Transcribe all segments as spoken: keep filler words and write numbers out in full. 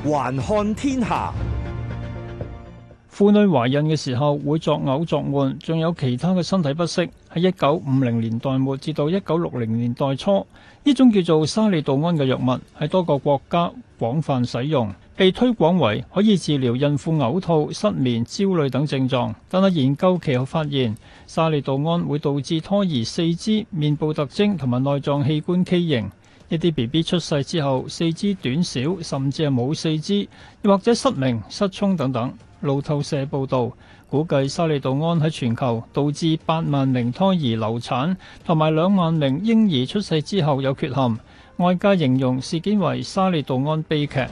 環看天下。 婦女懷孕嘅時候會作嘔作悶，仲有其他嘅身體不適。喺一九五零年代末至到一九六零年代初，呢種叫做沙利度胺嘅藥物喺多個國家廣泛使用，被推廣為可以治療孕婦嘔吐、失眠、焦慮等症狀。但係研究其後發現，沙利度胺會導致胎兒四肢、面部特徵同埋內臟器官畸形。一啲 B B 出世之後四肢短小，甚至係冇四肢，又或者失明、失聰等等。路透社報導，估計沙利度胺喺全球導致八萬名胎兒流產，同埋兩萬名嬰兒出世之後有缺陷。外界形容事件為沙利度胺悲劇。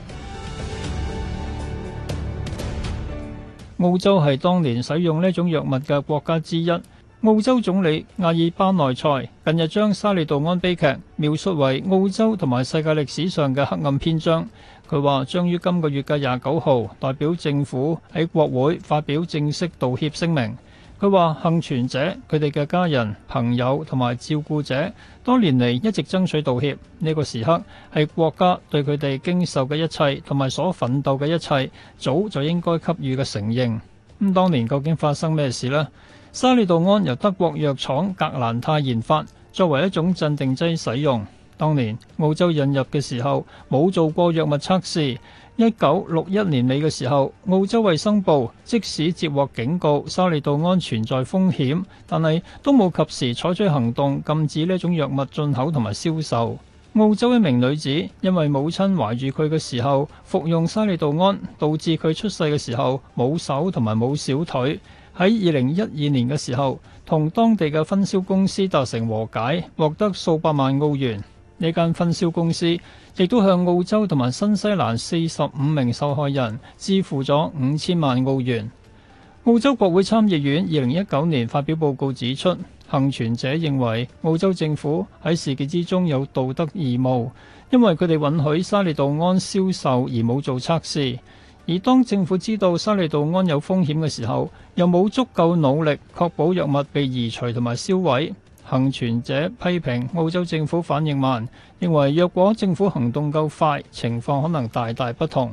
澳洲係當年使用呢種藥物嘅國家之一。澳洲總理阿爾巴內塞近日將沙利度胺悲劇描述為澳洲同埋世界歷史上嘅黑暗篇章。佢話將於今個月嘅廿九號代表政府喺國會發表正式道歉聲明。佢話幸存者、佢哋嘅家人、朋友同埋照顧者多年嚟一直爭取道歉。呢個時刻係國家對佢哋經受嘅一切同埋所奮鬥嘅一切早就應該給予嘅承認。咁當年究竟發生咩事呢？沙利度胺由德國藥廠格蘭泰研發，作為一種鎮定劑使用。當年澳洲引入嘅時候冇做過藥物測試。一九六一年尾嘅時候，澳洲衛生部即使接獲警告沙利度胺存在風險，但係都冇及時採取行動禁止呢種藥物進口同埋銷售。澳洲一名女子因為母親懷住佢嘅時候服用沙利度胺，導致佢出世嘅時候冇手同埋冇小腿。喺二零一二年嘅時候，同當地嘅分銷公司達成和解，獲得數百萬澳元。呢間分銷公司亦都向澳洲同埋新西蘭四十五名受害人支付咗五千萬澳元。澳洲國會參議院二零一九年發表報告指出，幸存者認為澳洲政府喺事件之中有道德義務，因為佢哋允許沙利度胺銷售而冇做測試。而當政府知道沙利度胺有風險嘅時候，又冇足夠努力確保藥物被移除同埋銷毀。幸存者批評澳洲政府反應慢，認為若果政府行動夠快，情況可能大大不同。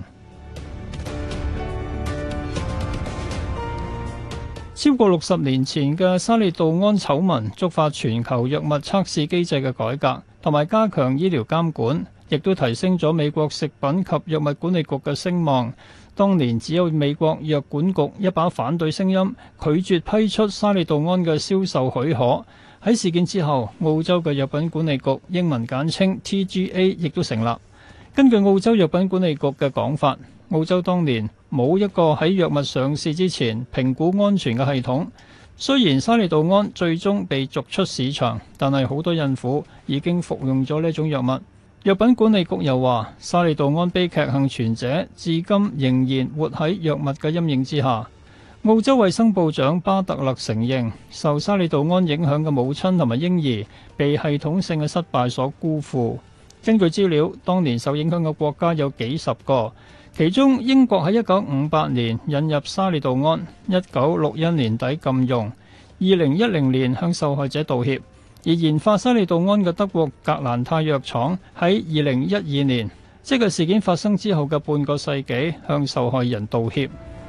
超過六十年前嘅沙利度胺醜聞觸發全球藥物測試機制嘅改革，同埋加強醫療監管，亦都提升咗美國食品及藥物管理局嘅聲望。當年只有美國藥管局一把反對聲音，拒絕批出沙利度胺嘅銷售許可。喺事件之後，澳洲嘅藥品管理局英文簡稱 T G A 亦都成立。根據澳洲藥品管理局嘅講法，澳洲當年冇一個喺藥物上市之前評估安全嘅系統。雖然沙利度胺最終被逐出市場，但係好多孕婦已經服用咗呢種藥物。藥品管理局又話，沙利度胺悲劇幸存者至今仍然活喺藥物嘅陰影之下。澳洲衛生部長巴特勒承認，受沙利度胺影響嘅母親同埋嬰兒被系統性嘅失敗所辜負。根據資料，當年受影響嘅國家有幾十個，其中英國喺一九五八年引入沙利度胺，一九六一年底禁用，二零一零年向受害者道歉。而研發沙利度胺嘅德國格蘭泰藥廠喺二零一二年，即係事件發生之後嘅半個世紀，向受害人道歉。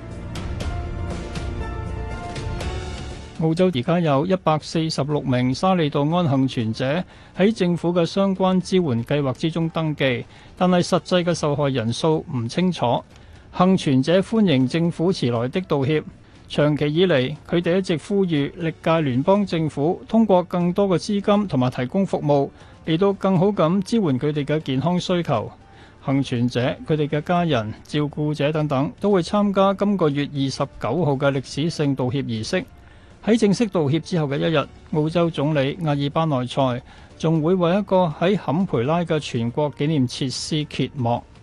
澳洲而家有一百四十六名沙利度胺幸存者喺政府嘅相關支援計劃之中登記，但係實際嘅受害人數唔清楚。幸存者歡迎政府遲來的道歉。長期以嚟，佢哋一直呼籲歷屆聯邦政府通過更多嘅資金同埋提供服務，嚟到更好咁支援佢哋嘅健康需求。幸存者、佢哋嘅家人、照顧者等等都會參加今個月二十九號嘅歷史性道歉儀式。喺正式道歉之後嘅一日，澳洲總理阿爾巴內塞仲會為一個喺坎培拉嘅全國紀念設施揭幕。